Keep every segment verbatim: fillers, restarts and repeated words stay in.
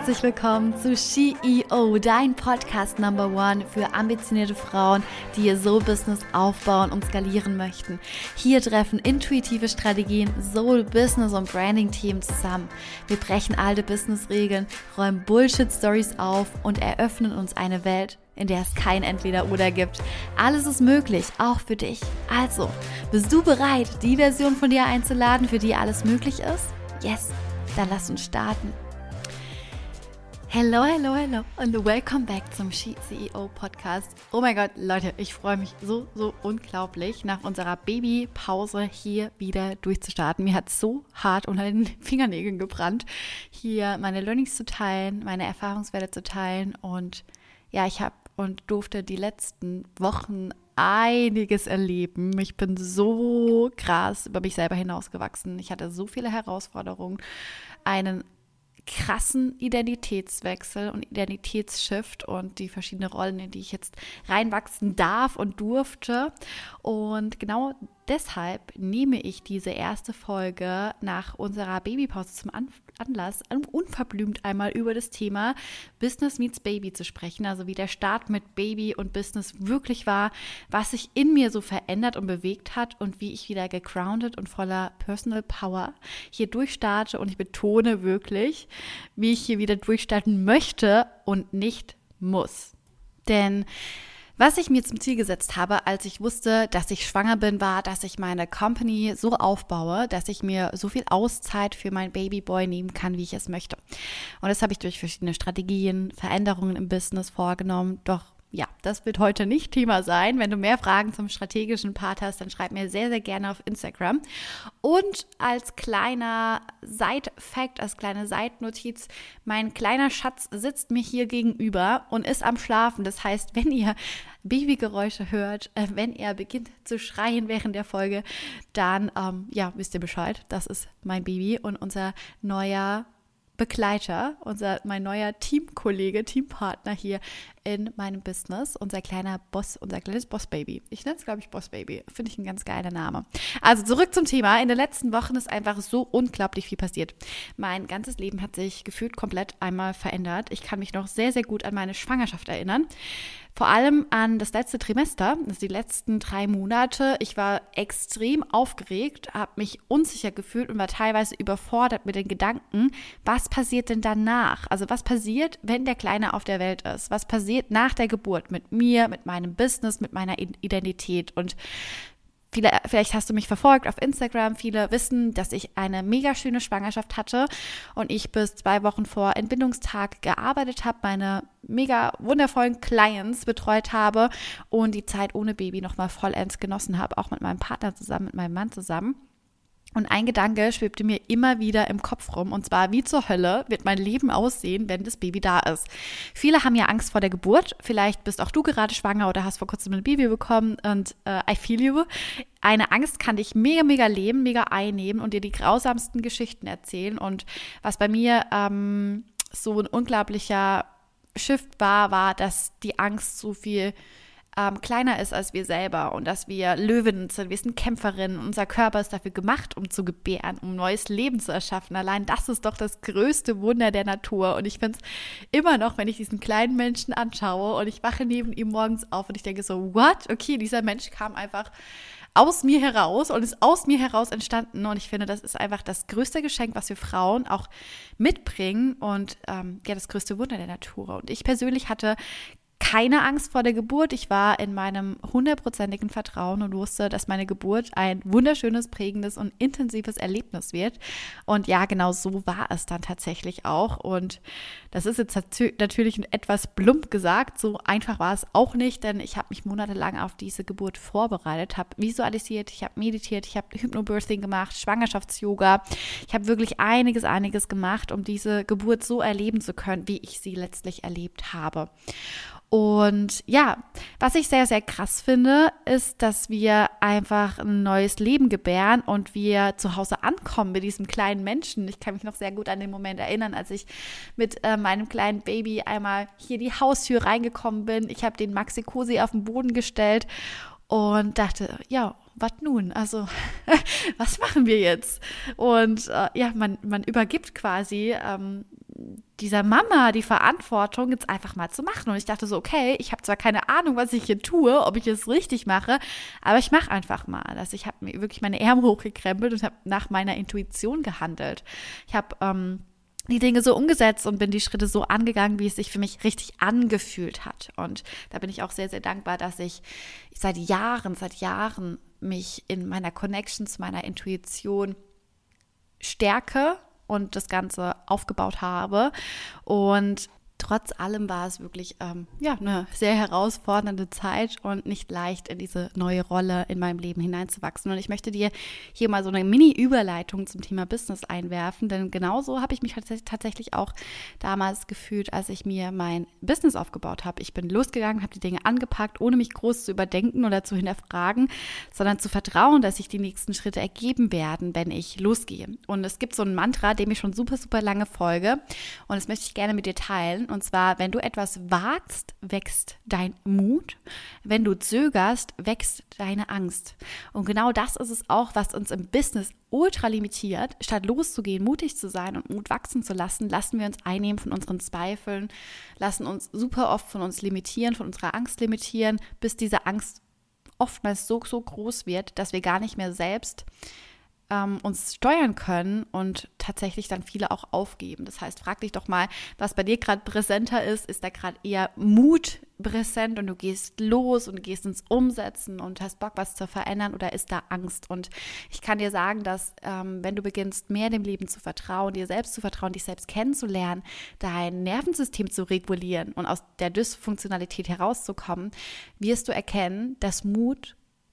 herzlich willkommen zu She E O, dein Podcast Number One für ambitionierte Frauen, die ihr Soul-Business aufbauen und skalieren möchten. Hier treffen intuitive Strategien, Soul, Business und Branding-Team zusammen. Wir brechen alte Business-Regeln, räumen Bullshit-Stories auf und eröffnen uns eine Welt, in der es kein Entweder-Oder gibt. Alles ist möglich, auch für dich. Also, bist du bereit, die Version von dir einzuladen, für die alles möglich ist? Yes, dann lass uns starten. Hello, hello, hello und welcome back zum She C E O Podcast. Oh mein Gott, Leute, ich freue mich so, so unglaublich, nach unserer Babypause hier wieder durchzustarten. Mir hat es so hart unter den Fingernägeln gebrannt, hier meine Learnings zu teilen, meine Erfahrungswerte zu teilen. Und ja, ich habe und durfte die letzten Wochen einiges erleben. Ich bin so krass über mich selber hinausgewachsen. Ich hatte so viele Herausforderungen, einen krassen Identitätswechsel und Identitätsshift und die verschiedenen Rollen, in die ich jetzt reinwachsen darf und durfte. Und genau deshalb nehme ich diese erste Folge nach unserer Babypause zum Anlass, um unverblümt einmal über das Thema Business meets Baby zu sprechen, also wie der Start mit Baby und Business wirklich war, was sich in mir so verändert und bewegt hat und wie ich wieder gegroundet und voller Personal Power hier durchstarte. Und ich betone wirklich, wie ich hier wieder durchstarten möchte und nicht muss. Denn was ich mir zum Ziel gesetzt habe, als ich wusste, dass ich schwanger bin, war, dass ich meine Company so aufbaue, dass ich mir so viel Auszeit für meinen Babyboy nehmen kann, wie ich es möchte. Und das habe ich durch verschiedene Strategien, Veränderungen im Business vorgenommen. Doch ja, das wird heute nicht Thema sein. Wenn du mehr Fragen zum strategischen Part hast, dann schreib mir sehr, sehr gerne auf Instagram. Und als kleiner Side-Fact, als kleine Seitennotiz, mein kleiner Schatz sitzt mir hier gegenüber und ist am Schlafen. Das heißt, wenn ihr Babygeräusche hört, äh, wenn er beginnt zu schreien während der Folge, dann ähm, ja, wisst ihr Bescheid. Das ist mein Baby und unser neuer Begleiter, unser, mein neuer Teamkollege, Teampartner hier in meinem Business, unser kleiner Boss, unser kleines Boss-Baby. Ich nenne es, glaube ich, Boss-Baby. Finde ich ein ganz geiler Name. Also zurück zum Thema. In den letzten Wochen ist einfach so unglaublich viel passiert. Mein ganzes Leben hat sich gefühlt komplett einmal verändert. Ich kann mich noch sehr, sehr gut an meine Schwangerschaft erinnern. Vor allem an das letzte Trimester, also die letzten drei Monate. Ich war extrem aufgeregt, habe mich unsicher gefühlt und war teilweise überfordert mit den Gedanken, was passiert denn danach? Also was passiert, wenn der Kleine auf der Welt ist? Was passiert nach der Geburt mit mir, mit meinem Business, mit meiner Identität? Und Viele, vielleicht hast du mich verfolgt auf Instagram. Viele wissen, dass ich eine mega schöne Schwangerschaft hatte und ich bis zwei Wochen vor Entbindungstag gearbeitet habe, meine mega wundervollen Clients betreut habe und die Zeit ohne Baby nochmal vollends genossen habe, auch mit meinem Partner zusammen, mit meinem Mann zusammen. Und ein Gedanke schwebte mir immer wieder im Kopf rum, und zwar, wie zur Hölle wird mein Leben aussehen, wenn das Baby da ist? Viele haben ja Angst vor der Geburt. Vielleicht bist auch du gerade schwanger oder hast vor kurzem ein Baby bekommen und äh, I feel you. Eine Angst kann dich mega, mega leben, mega einnehmen und dir die grausamsten Geschichten erzählen. Und was bei mir ähm, so ein unglaublicher Shift war, war, dass die Angst so viel Ähm, kleiner ist als wir selber und dass wir Löwinnen sind, wir sind Kämpferinnen, unser Körper ist dafür gemacht, um zu gebären, um neues Leben zu erschaffen. Allein das ist doch das größte Wunder der Natur und ich finde es immer noch, wenn ich diesen kleinen Menschen anschaue und ich wache neben ihm morgens auf und ich denke so, what? Okay, dieser Mensch kam einfach aus mir heraus und ist aus mir heraus entstanden und ich finde, das ist einfach das größte Geschenk, was wir Frauen auch mitbringen und ähm, ja, das größte Wunder der Natur. Und ich persönlich hatte keine Angst vor der Geburt. Ich war in meinem hundertprozentigen Vertrauen und wusste, dass meine Geburt ein wunderschönes, prägendes und intensives Erlebnis wird. Und ja, genau so war es dann tatsächlich auch. Und das ist jetzt natürlich etwas plump gesagt. So einfach war es auch nicht, denn ich habe mich monatelang auf diese Geburt vorbereitet, habe visualisiert, ich habe meditiert, ich habe Hypnobirthing gemacht, Schwangerschafts-Yoga. Ich habe wirklich einiges, einiges gemacht, um diese Geburt so erleben zu können, wie ich sie letztlich erlebt habe. Und ja, was ich sehr, sehr krass finde, ist, dass wir einfach ein neues Leben gebären und wir zu Hause ankommen mit diesem kleinen Menschen. Ich kann mich noch sehr gut an den Moment erinnern, als ich mit äh, meinem kleinen Baby einmal hier die Haustür reingekommen bin. Ich habe den Maxi-Cosi auf den Boden gestellt und dachte, ja, was nun? Also, was machen wir jetzt? Und äh, ja, man, man übergibt quasi ähm, dieser Mama die Verantwortung, jetzt einfach mal zu machen. Und ich dachte so, okay, ich habe zwar keine Ahnung, was ich hier tue, ob ich es richtig mache, aber ich mache einfach mal. Also ich habe mir wirklich meine Ärmel hochgekrempelt und habe nach meiner Intuition gehandelt. Ich habe ähm, die Dinge so umgesetzt und bin die Schritte so angegangen, wie es sich für mich richtig angefühlt hat. Und da bin ich auch sehr, sehr dankbar, dass ich seit Jahren, seit Jahren mich in meiner Connection zu meiner Intuition stärke und das Ganze aufgebaut habe. Und trotz allem war es wirklich ähm, ja, eine sehr herausfordernde Zeit und nicht leicht, in diese neue Rolle in meinem Leben hineinzuwachsen. Und ich möchte dir hier mal so eine Mini-Überleitung zum Thema Business einwerfen, denn genauso habe ich mich tatsächlich auch damals gefühlt, als ich mir mein Business aufgebaut habe. Ich bin losgegangen, habe die Dinge angepackt, ohne mich groß zu überdenken oder zu hinterfragen, sondern zu vertrauen, dass sich die nächsten Schritte ergeben werden, wenn ich losgehe. Und es gibt so ein Mantra, dem ich schon super, super lange folge und das möchte ich gerne mit dir teilen. Und zwar, wenn du etwas wagst, wächst dein Mut. Wenn du zögerst, wächst deine Angst. Und genau das ist es auch, was uns im Business ultra limitiert. Statt loszugehen, mutig zu sein und Mut wachsen zu lassen, lassen wir uns einnehmen von unseren Zweifeln, lassen uns super oft von uns limitieren, von unserer Angst limitieren, bis diese Angst oftmals so, so groß wird, dass wir gar nicht mehr selbst Ähm, uns steuern können und tatsächlich dann viele auch aufgeben. Das heißt, frag dich doch mal, was bei dir gerade präsenter ist. Ist da gerade eher Mut präsent und du gehst los und gehst ins Umsetzen und hast Bock, was zu verändern, oder ist da Angst? Und ich kann dir sagen, dass ähm, wenn du beginnst, mehr dem Leben zu vertrauen, dir selbst zu vertrauen, dich selbst kennenzulernen, dein Nervensystem zu regulieren und aus der Dysfunktionalität herauszukommen, wirst du erkennen, dass Mut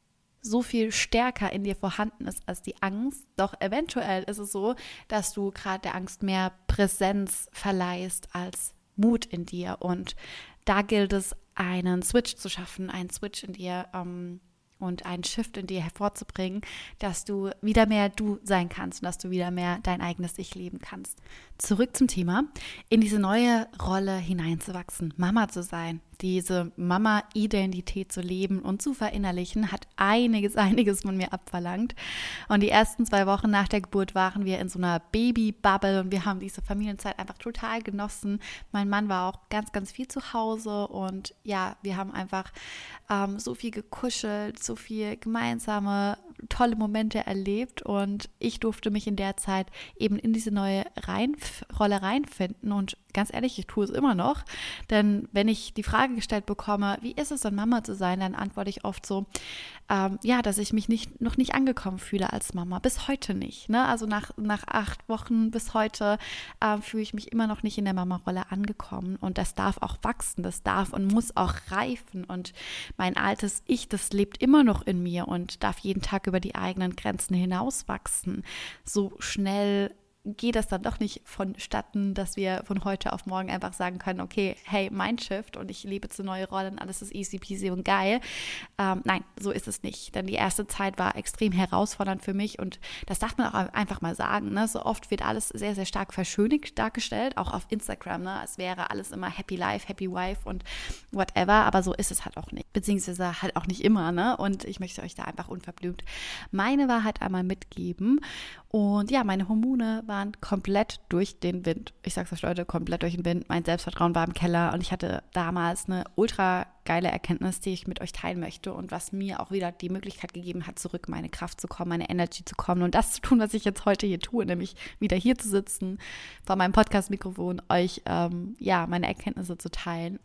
so viel stärker in dir vorhanden ist als die Angst. Doch eventuell ist es so, dass du gerade der Angst mehr Präsenz verleihst als Mut in dir. Und da gilt es, einen Switch zu schaffen, einen Switch in dir ähm, und einen Shift in dir hervorzubringen, dass du wieder mehr du sein kannst und dass du wieder mehr dein eigenes Ich leben kannst. Zurück zum Thema, in diese neue Rolle hineinzuwachsen, Mama zu sein. Diese Mama-Identität zu leben und zu verinnerlichen, hat einiges, einiges von mir abverlangt. Und die ersten zwei Wochen nach der Geburt waren wir in so einer Baby-Bubble und wir haben diese Familienzeit einfach total genossen. Mein Mann war auch ganz, ganz viel zu Hause und ja, wir haben einfach ähm, so viel gekuschelt, so viel gemeinsame, tolle Momente erlebt und ich durfte mich in der Zeit eben in diese neue rein, Rolle reinfinden und ganz ehrlich, ich tue es immer noch, denn wenn ich die Frage gestellt bekomme, wie ist es denn Mama zu sein, dann antworte ich oft so, ähm, ja, dass ich mich nicht, noch nicht angekommen fühle als Mama, bis heute nicht, ne? Also nach, nach acht Wochen bis heute äh, fühle ich mich immer noch nicht in der Mama-Rolle angekommen und das darf auch wachsen, das darf und muss auch reifen und mein altes Ich, das lebt immer noch in mir und darf jeden Tag über die eigenen Grenzen hinauswachsen. So schnell geht das dann doch nicht vonstatten, dass wir von heute auf morgen einfach sagen können, okay, hey, Mindshift und ich lebe zu neue Rollen, alles ist easy peasy und geil. Ähm, nein, so ist es nicht, denn die erste Zeit war extrem herausfordernd für mich und das darf man auch einfach mal sagen, ne? So oft wird alles sehr, sehr stark verschönigt dargestellt, auch auf Instagram, ne? Es wäre alles immer Happy Life, Happy Wife und whatever, aber so ist es halt auch nicht, beziehungsweise halt auch nicht immer, ne? Und ich möchte euch da einfach unverblümt meine Wahrheit einmal mitgeben und ja, meine Hormone waren komplett durch den Wind. Ich sag's euch, Leute, komplett durch den Wind. Mein Selbstvertrauen war im Keller und ich hatte damals eine ultra geile Erkenntnis, die ich mit euch teilen möchte und was mir auch wieder die Möglichkeit gegeben hat, zurück in meine Kraft zu kommen, meine Energy zu kommen und das zu tun, was ich jetzt heute hier tue, nämlich wieder hier zu sitzen, vor meinem Podcast-Mikrofon, euch ähm, ja meine Erkenntnisse zu teilen.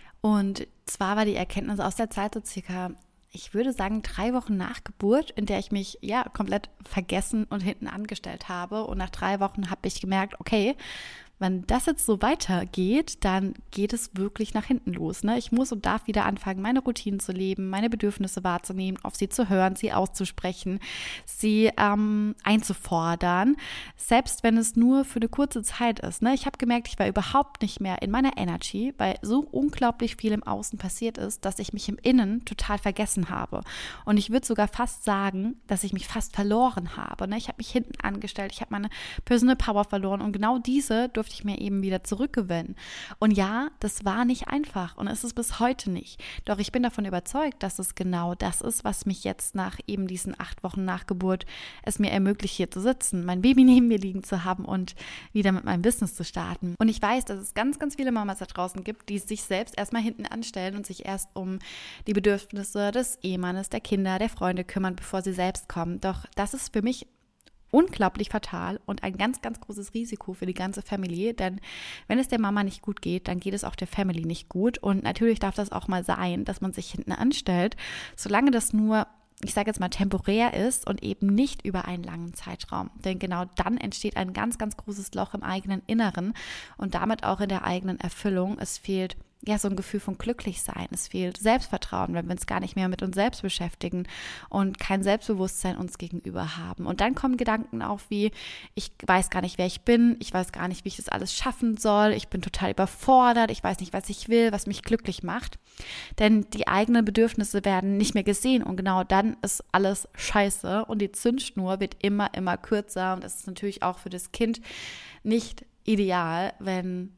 Und zwar war die Erkenntnis aus der Zeit so circa, ich würde sagen, drei Wochen nach Geburt, in der ich mich ja komplett vergessen und hinten angestellt habe. Und nach drei Wochen habe ich gemerkt, okay, wenn das jetzt so weitergeht, dann geht es wirklich nach hinten los. Ne? Ich muss und darf wieder anfangen, meine Routinen zu leben, meine Bedürfnisse wahrzunehmen, auf sie zu hören, sie auszusprechen, sie ähm, einzufordern, selbst wenn es nur für eine kurze Zeit ist. Ne? Ich habe gemerkt, ich war überhaupt nicht mehr in meiner Energy, weil so unglaublich viel im Außen passiert ist, dass ich mich im Innen total vergessen habe. Und ich würde sogar fast sagen, dass ich mich fast verloren habe. Ne? Ich habe mich hinten angestellt, ich habe meine Personal Power verloren und genau diese durfte durfte ich mir eben wieder zurückgewinnen. Und ja, das war nicht einfach und es ist bis heute nicht. Doch ich bin davon überzeugt, dass es genau das ist, was mich jetzt nach eben diesen acht Wochen nach Geburt es mir ermöglicht, hier zu sitzen, mein Baby neben mir liegen zu haben und wieder mit meinem Business zu starten. Und ich weiß, dass es ganz, ganz viele Mamas da draußen gibt, die sich selbst erstmal hinten anstellen und sich erst um die Bedürfnisse des Ehemannes, der Kinder, der Freunde kümmern, bevor sie selbst kommen. Doch das ist für mich unglaublich fatal und ein ganz, ganz großes Risiko für die ganze Familie, denn wenn es der Mama nicht gut geht, dann geht es auch der Family nicht gut und natürlich darf das auch mal sein, dass man sich hinten anstellt, solange das nur, ich sage jetzt mal, temporär ist und eben nicht über einen langen Zeitraum, denn genau dann entsteht ein ganz, ganz großes Loch im eigenen Inneren und damit auch in der eigenen Erfüllung. Es fehlt ja, so ein Gefühl von Glücklichsein. Es fehlt Selbstvertrauen, wenn wir uns gar nicht mehr mit uns selbst beschäftigen und kein Selbstbewusstsein uns gegenüber haben. Und dann kommen Gedanken auf wie, ich weiß gar nicht, wer ich bin, ich weiß gar nicht, wie ich das alles schaffen soll, ich bin total überfordert, ich weiß nicht, was ich will, was mich glücklich macht. Denn die eigenen Bedürfnisse werden nicht mehr gesehen und genau dann ist alles scheiße und die Zündschnur wird immer, immer kürzer und das ist natürlich auch für das Kind nicht ideal, wenn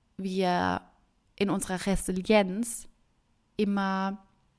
wir in unserer Resilienz immer,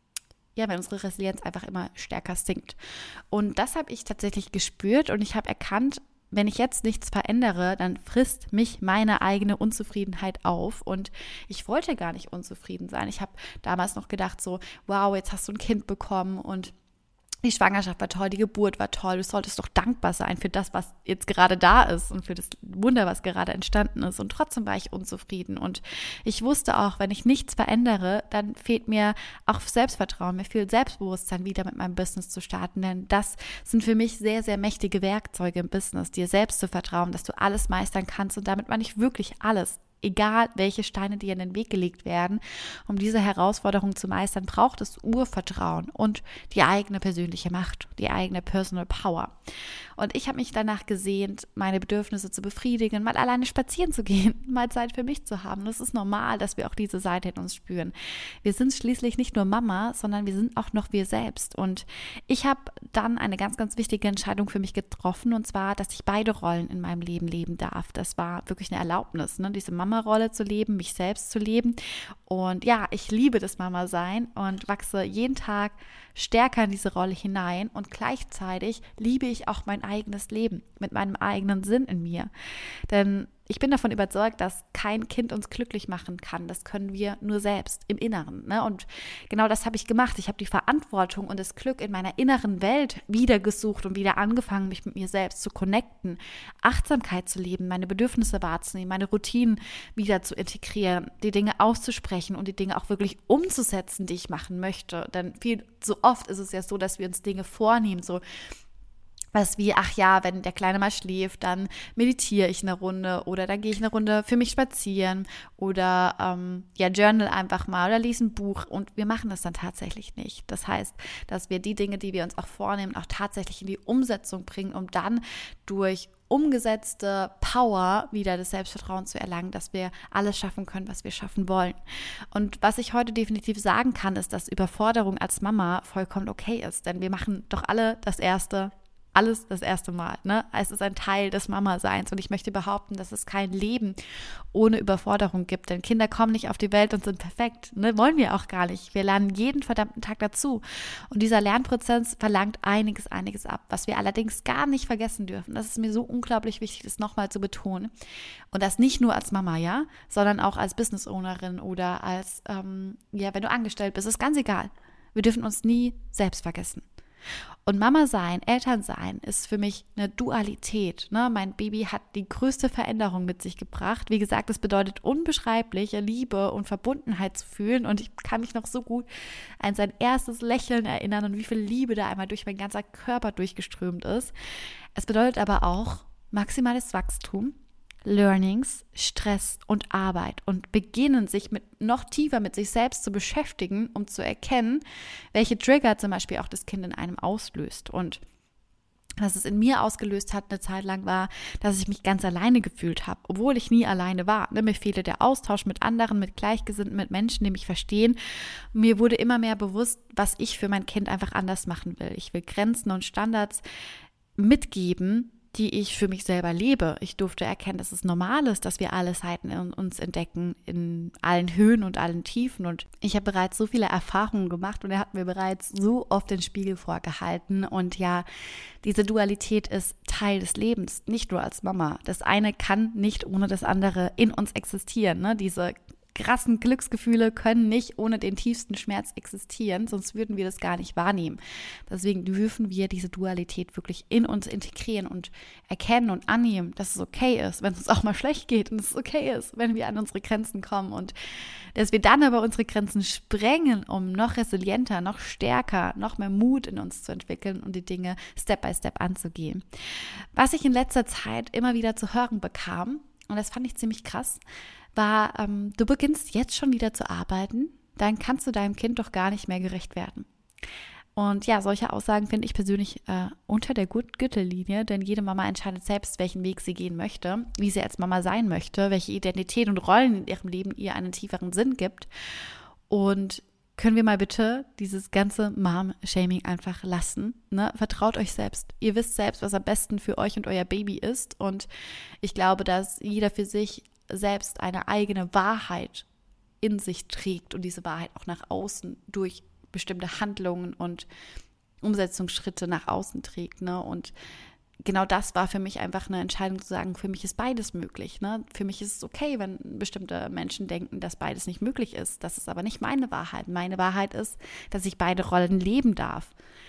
ja, wenn unsere Resilienz einfach immer stärker sinkt. Und das habe ich tatsächlich gespürt und ich habe erkannt, wenn ich jetzt nichts verändere, dann frisst mich meine eigene Unzufriedenheit auf und ich wollte gar nicht unzufrieden sein. Ich habe damals noch gedacht so, wow, jetzt hast du ein Kind bekommen und die Schwangerschaft war toll, die Geburt war toll, du solltest doch dankbar sein für das, was jetzt gerade da ist und für das Wunder, was gerade entstanden ist. Und trotzdem war ich unzufrieden und ich wusste auch, wenn ich nichts verändere, dann fehlt mir auch Selbstvertrauen, mir fehlt Selbstbewusstsein, wieder mit meinem Business zu starten, denn das sind für mich sehr, sehr mächtige Werkzeuge im Business, dir selbst zu vertrauen, dass du alles meistern kannst und damit meine ich wirklich alles. Egal, welche Steine dir in den Weg gelegt werden, um diese Herausforderung zu meistern, braucht es Urvertrauen und die eigene persönliche Macht, die eigene Personal Power. Und ich habe mich danach gesehnt, meine Bedürfnisse zu befriedigen, mal alleine spazieren zu gehen, mal Zeit für mich zu haben. Das ist normal, dass wir auch diese Seite in uns spüren. Wir sind schließlich nicht nur Mama, sondern wir sind auch noch wir selbst. Und ich habe dann eine ganz, ganz wichtige Entscheidung für mich getroffen, und zwar, dass ich beide Rollen in meinem Leben leben darf. Das war wirklich eine Erlaubnis, ne? Diese Mama-Rolle zu leben, mich selbst zu leben. Und ja, ich liebe das Mama-Sein und wachse jeden Tag stärker in diese Rolle hinein und gleichzeitig liebe ich auch mein eigenes Leben mit meinem eigenen Sinn in mir. Denn ich bin davon überzeugt, dass kein Kind uns glücklich machen kann. Das können wir nur selbst im Inneren. Ne? Und genau das habe ich gemacht. Ich habe die Verantwortung und das Glück in meiner inneren Welt wieder gesucht und wieder angefangen, mich mit mir selbst zu connecten, Achtsamkeit zu leben, meine Bedürfnisse wahrzunehmen, meine Routinen wieder zu integrieren, die Dinge auszusprechen und die Dinge auch wirklich umzusetzen, die ich machen möchte. Denn viel zu oft ist es ja so, dass wir uns Dinge vornehmen, so was wie, ach ja, wenn der Kleine mal schläft, dann meditiere ich eine Runde oder dann gehe ich eine Runde für mich spazieren oder ähm, ja, journal einfach mal oder lese ein Buch und wir machen das dann tatsächlich nicht. Das heißt, dass wir die Dinge, die wir uns auch vornehmen, auch tatsächlich in die Umsetzung bringen, um dann durch umgesetzte Power wieder das Selbstvertrauen zu erlangen, dass wir alles schaffen können, was wir schaffen wollen. Und was ich heute definitiv sagen kann, ist, dass Überforderung als Mama vollkommen okay ist, denn wir machen doch alle das Erste, alles das erste Mal, ne? Es ist ein Teil des Mama-Seins und ich möchte behaupten, dass es kein Leben ohne Überforderung gibt, denn Kinder kommen nicht auf die Welt und sind perfekt, ne? Wollen wir auch gar nicht. Wir lernen jeden verdammten Tag dazu und dieser Lernprozess verlangt einiges, einiges ab, was wir allerdings gar nicht vergessen dürfen. Das ist mir so unglaublich wichtig, das nochmal zu betonen und das nicht nur als Mama, ja, sondern auch als Business-Ownerin oder als, ähm, ja, wenn du angestellt bist, ist ganz egal. Wir dürfen uns nie selbst vergessen. Und Mama sein, Eltern sein ist für mich eine Dualität. Ne? Mein Baby hat die größte Veränderung mit sich gebracht. Wie gesagt, es bedeutet unbeschreibliche Liebe und Verbundenheit zu fühlen. Und ich kann mich noch so gut an sein erstes Lächeln erinnern und wie viel Liebe da einmal durch mein ganzer Körper durchgeströmt ist. Es bedeutet aber auch maximales Wachstum, Learnings, Stress und Arbeit und beginnen, sich mit noch tiefer mit sich selbst zu beschäftigen, um zu erkennen, welche Trigger zum Beispiel auch das Kind in einem auslöst. Und was es in mir ausgelöst hat eine Zeit lang war, dass ich mich ganz alleine gefühlt habe, obwohl ich nie alleine war. Mir fehlte der Austausch mit anderen, mit Gleichgesinnten, mit Menschen, die mich verstehen. Mir wurde immer mehr bewusst, was ich für mein Kind einfach anders machen will. Ich will Grenzen und Standards mitgeben, die ich für mich selber lebe. Ich durfte erkennen, dass es normal ist, dass wir alle Seiten in uns entdecken, in allen Höhen und allen Tiefen. Und ich habe bereits so viele Erfahrungen gemacht und er hat mir bereits so oft den Spiegel vorgehalten. Und ja, diese Dualität ist Teil des Lebens, nicht nur als Mama. Das eine kann nicht ohne das andere in uns existieren. Ne? Diese krassen Glücksgefühle können nicht ohne den tiefsten Schmerz existieren, sonst würden wir das gar nicht wahrnehmen. Deswegen dürfen wir diese Dualität wirklich in uns integrieren und erkennen und annehmen, dass es okay ist, wenn es uns auch mal schlecht geht und es okay ist, wenn wir an unsere Grenzen kommen und dass wir dann aber unsere Grenzen sprengen, um noch resilienter, noch stärker, noch mehr Mut in uns zu entwickeln und die Dinge Step by Step anzugehen. Was ich in letzter Zeit immer wieder zu hören bekam, und das fand ich ziemlich krass, war, ähm, du beginnst jetzt schon wieder zu arbeiten, dann kannst du deinem Kind doch gar nicht mehr gerecht werden. Und ja, solche Aussagen finde ich persönlich äh, unter der Gürtellinie, denn jede Mama entscheidet selbst, welchen Weg sie gehen möchte, wie sie als Mama sein möchte, welche Identität und Rollen in ihrem Leben ihr einen tieferen Sinn gibt. Und können wir mal bitte dieses ganze Mom-Shaming einfach lassen? Ne? Vertraut euch selbst. Ihr wisst selbst, was am besten für euch und euer Baby ist. Und ich glaube, dass jeder für sich selbst eine eigene Wahrheit in sich trägt und diese Wahrheit auch nach außen durch bestimmte Handlungen und Umsetzungsschritte nach außen trägt. Ne? Und genau das war für mich einfach eine Entscheidung zu sagen, für mich ist beides möglich. Ne? Für mich ist es okay, wenn bestimmte Menschen denken, dass beides nicht möglich ist. Das ist aber nicht meine Wahrheit. Meine Wahrheit ist, dass ich beide Rollen leben darf.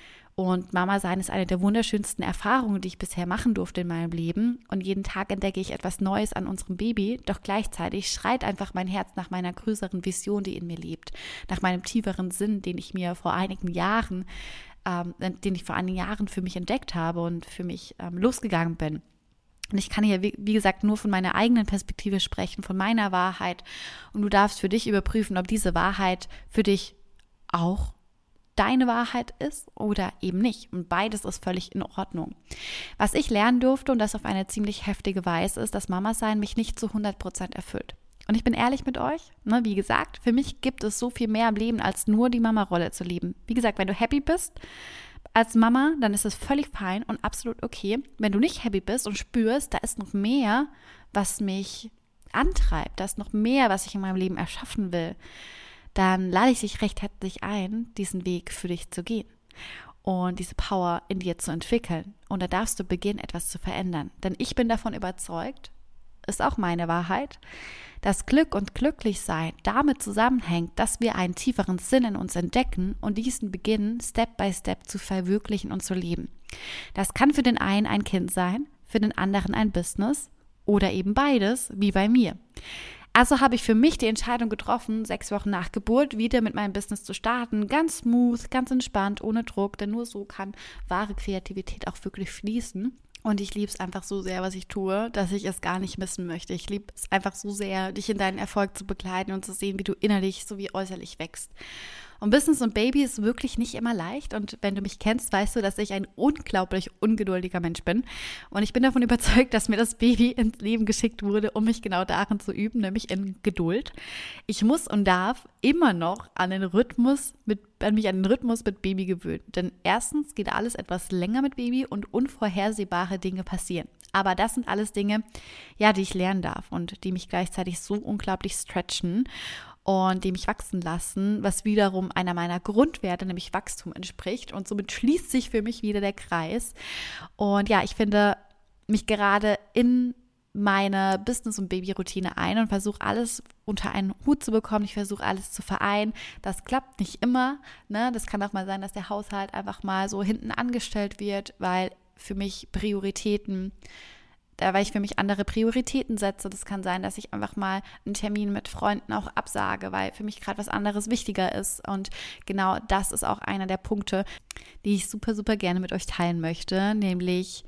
Und Mama sein ist eine der wunderschönsten Erfahrungen, die ich bisher machen durfte in meinem Leben. Und jeden Tag entdecke ich etwas Neues an unserem Baby. Doch gleichzeitig schreit einfach mein Herz nach meiner größeren Vision, die in mir lebt. Nach meinem tieferen Sinn, den ich mir vor einigen Jahren, ähm, den ich vor einigen Jahren für mich entdeckt habe und für mich ähm, losgegangen bin. Und ich kann hier, wie, wie gesagt, nur von meiner eigenen Perspektive sprechen, von meiner Wahrheit. Und du darfst für dich überprüfen, ob diese Wahrheit für dich auch deine Wahrheit ist oder eben nicht. Und beides ist völlig in Ordnung. Was ich lernen durfte, und das auf eine ziemlich heftige Weise, ist, dass Mama sein mich nicht zu hundert Prozent erfüllt. Und ich bin ehrlich mit euch, ne, wie gesagt, für mich gibt es so viel mehr im Leben, als nur die Mama-Rolle zu leben. Wie gesagt, wenn du happy bist als Mama, dann ist es völlig fein und absolut okay. Wenn du nicht happy bist und spürst, da ist noch mehr, was mich antreibt, da ist noch mehr, was ich in meinem Leben erschaffen will, dann lade ich dich recht herzlich ein, diesen Weg für dich zu gehen und diese Power in dir zu entwickeln. Und da darfst du beginnen, etwas zu verändern. Denn ich bin davon überzeugt, ist auch meine Wahrheit, dass Glück und Glücklichsein damit zusammenhängt, dass wir einen tieferen Sinn in uns entdecken und diesen beginnen, Step by Step zu verwirklichen und zu leben. Das kann für den einen ein Kind sein, für den anderen ein Business oder eben beides, wie bei mir. Also habe ich für mich die Entscheidung getroffen, sechs Wochen nach Geburt wieder mit meinem Business zu starten. Ganz smooth, ganz entspannt, ohne Druck, denn nur so kann wahre Kreativität auch wirklich fließen. Und ich liebe es einfach so sehr, was ich tue, dass ich es gar nicht missen möchte. Ich liebe es einfach so sehr, dich in deinen Erfolg zu begleiten und zu sehen, wie du innerlich sowie äußerlich wächst. Und Business und Baby ist wirklich nicht immer leicht. Und wenn du mich kennst, weißt du, dass ich ein unglaublich ungeduldiger Mensch bin. Und ich bin davon überzeugt, dass mir das Baby ins Leben geschickt wurde, um mich genau darin zu üben, nämlich in Geduld. Ich muss und darf immer noch an den Rhythmus mit, an mich an den Rhythmus mit Baby gewöhnen. Denn erstens geht alles etwas länger mit Baby und unvorhersehbare Dinge passieren. Aber das sind alles Dinge, ja, die ich lernen darf und die mich gleichzeitig so unglaublich stretchen und die mich wachsen lassen, was wiederum einer meiner Grundwerte, nämlich Wachstum, entspricht. Und somit schließt sich für mich wieder der Kreis. Und ja, ich finde mich gerade in meine Business- und Baby-Routine ein und versuche alles unter einen Hut zu bekommen. Ich versuche alles zu vereinen. Das klappt nicht immer. Ne? Das kann auch mal sein, dass der Haushalt einfach mal so hinten angestellt wird, weil für mich Prioritäten Da, weil ich für mich andere Prioritäten setze. Das kann sein, dass ich einfach mal einen Termin mit Freunden auch absage, weil für mich gerade was anderes wichtiger ist. Und genau das ist auch einer der Punkte, die ich super, super gerne mit euch teilen möchte, nämlich,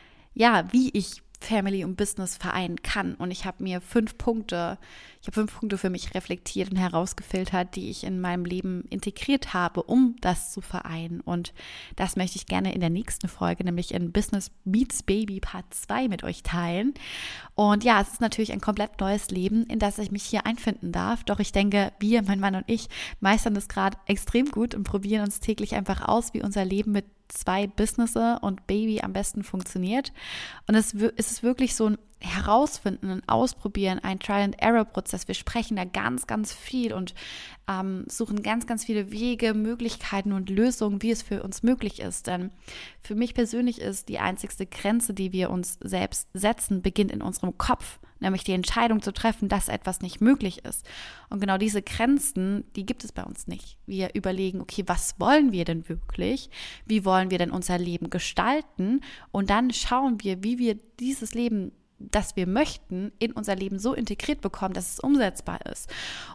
ja, wie ich Family und Business vereinen kann. Und ich habe mir fünf Punkte, ich habe fünf Punkte für mich reflektiert und herausgefiltert, die ich in meinem Leben integriert habe, um das zu vereinen. Und das möchte ich gerne in der nächsten Folge, nämlich in Business Meets Baby Part zwei mit euch teilen. Und ja, es ist natürlich ein komplett neues Leben, in das ich mich hier einfinden darf. Doch ich denke, wir, mein Mann und ich, meistern das gerade extrem gut und probieren uns täglich einfach aus, wie unser Leben mit zwei Businesse und Baby am besten funktioniert. Und es, es ist wirklich so ein Herausfinden, ein Ausprobieren, ein Trial-and-Error-Prozess. Wir sprechen da ganz, ganz viel und ähm, suchen ganz, ganz viele Wege, Möglichkeiten und Lösungen, wie es für uns möglich ist. Denn für mich persönlich ist die einzigste Grenze, die wir uns selbst setzen, beginnt in unserem Kopf. Nämlich die Entscheidung zu treffen, dass etwas nicht möglich ist. Und genau diese Grenzen, die gibt es bei uns nicht. Wir überlegen, okay, was wollen wir denn wirklich? Wie wollen wir denn unser Leben gestalten? Und dann schauen wir, wie wir dieses Leben, das wir möchten, in unser Leben so integriert bekommen, dass es umsetzbar ist.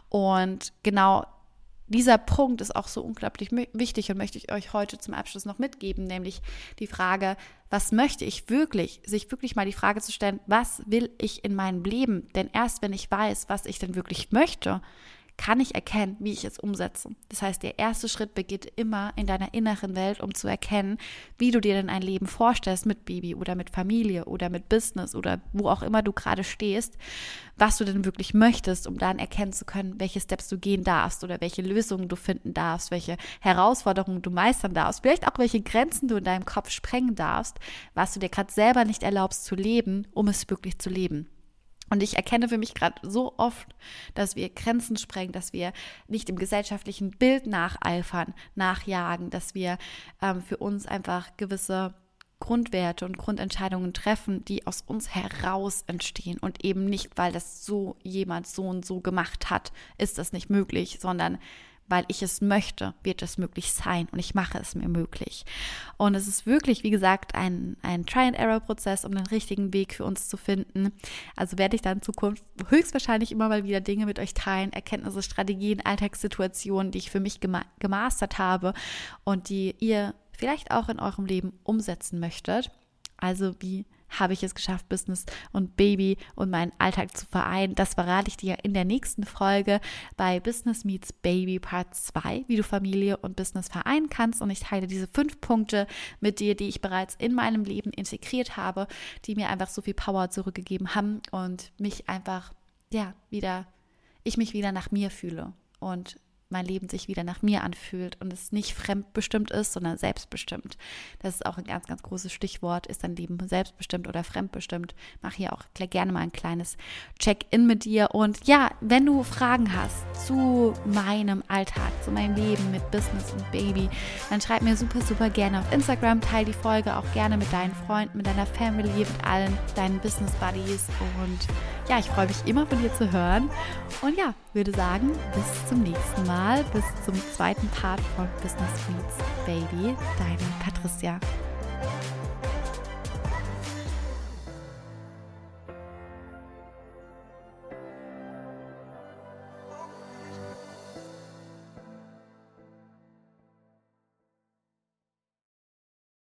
Und genau dieser Punkt ist auch so unglaublich wichtig und möchte ich euch heute zum Abschluss noch mitgeben, nämlich die Frage, was möchte ich wirklich, sich wirklich mal die Frage zu stellen, was will ich in meinem Leben? Denn erst wenn ich weiß, was ich denn wirklich möchte, kann ich erkennen, wie ich es umsetze. Das heißt, der erste Schritt beginnt immer in deiner inneren Welt, um zu erkennen, wie du dir denn ein Leben vorstellst mit Baby oder mit Familie oder mit Business oder wo auch immer du gerade stehst, was du denn wirklich möchtest, um dann erkennen zu können, welche Steps du gehen darfst oder welche Lösungen du finden darfst, welche Herausforderungen du meistern darfst, vielleicht auch welche Grenzen du in deinem Kopf sprengen darfst, was du dir gerade selber nicht erlaubst zu leben, um es wirklich zu leben. Und ich erkenne für mich gerade so oft, dass wir Grenzen sprengen, dass wir nicht dem gesellschaftlichen Bild nacheifern, nachjagen, dass wir ähm, für uns einfach gewisse Grundwerte und Grundentscheidungen treffen, die aus uns heraus entstehen und eben nicht, weil das so jemand so und so gemacht hat, ist das nicht möglich, sondern weil ich es möchte, wird es möglich sein und ich mache es mir möglich. Und es ist wirklich, wie gesagt, ein, ein Try-and-Error-Prozess, um den richtigen Weg für uns zu finden. Also werde ich dann in Zukunft höchstwahrscheinlich immer mal wieder Dinge mit euch teilen, Erkenntnisse, Strategien, Alltagssituationen, die ich für mich gema- gemastert habe und die ihr vielleicht auch in eurem Leben umsetzen möchtet. Also wie habe ich es geschafft, Business und Baby und meinen Alltag zu vereinen. Das verrate ich dir in der nächsten Folge bei Business Meets Baby Part zwei, wie du Familie und Business vereinen kannst. Und ich teile diese fünf Punkte mit dir, die ich bereits in meinem Leben integriert habe, die mir einfach so viel Power zurückgegeben haben und mich einfach, ja, wieder, ich mich wieder nach mir fühle und mein Leben sich wieder nach mir anfühlt und es nicht fremdbestimmt ist, sondern selbstbestimmt. Das ist auch ein ganz, ganz großes Stichwort. Ist dein Leben selbstbestimmt oder fremdbestimmt? Mach hier auch gerne mal ein kleines Check-in mit dir. Und ja, wenn du Fragen hast zu meinem Alltag, zu meinem Leben mit Business und Baby, dann schreib mir super, super gerne auf Instagram. Teil die Folge auch gerne mit deinen Freunden, mit deiner Family, mit allen deinen Business Buddies. Und ja, ich freue mich immer von dir zu hören. Und ja, würde sagen, bis zum nächsten Mal. Bis zum zweiten Part von Business Meets Baby. Deine Patricia.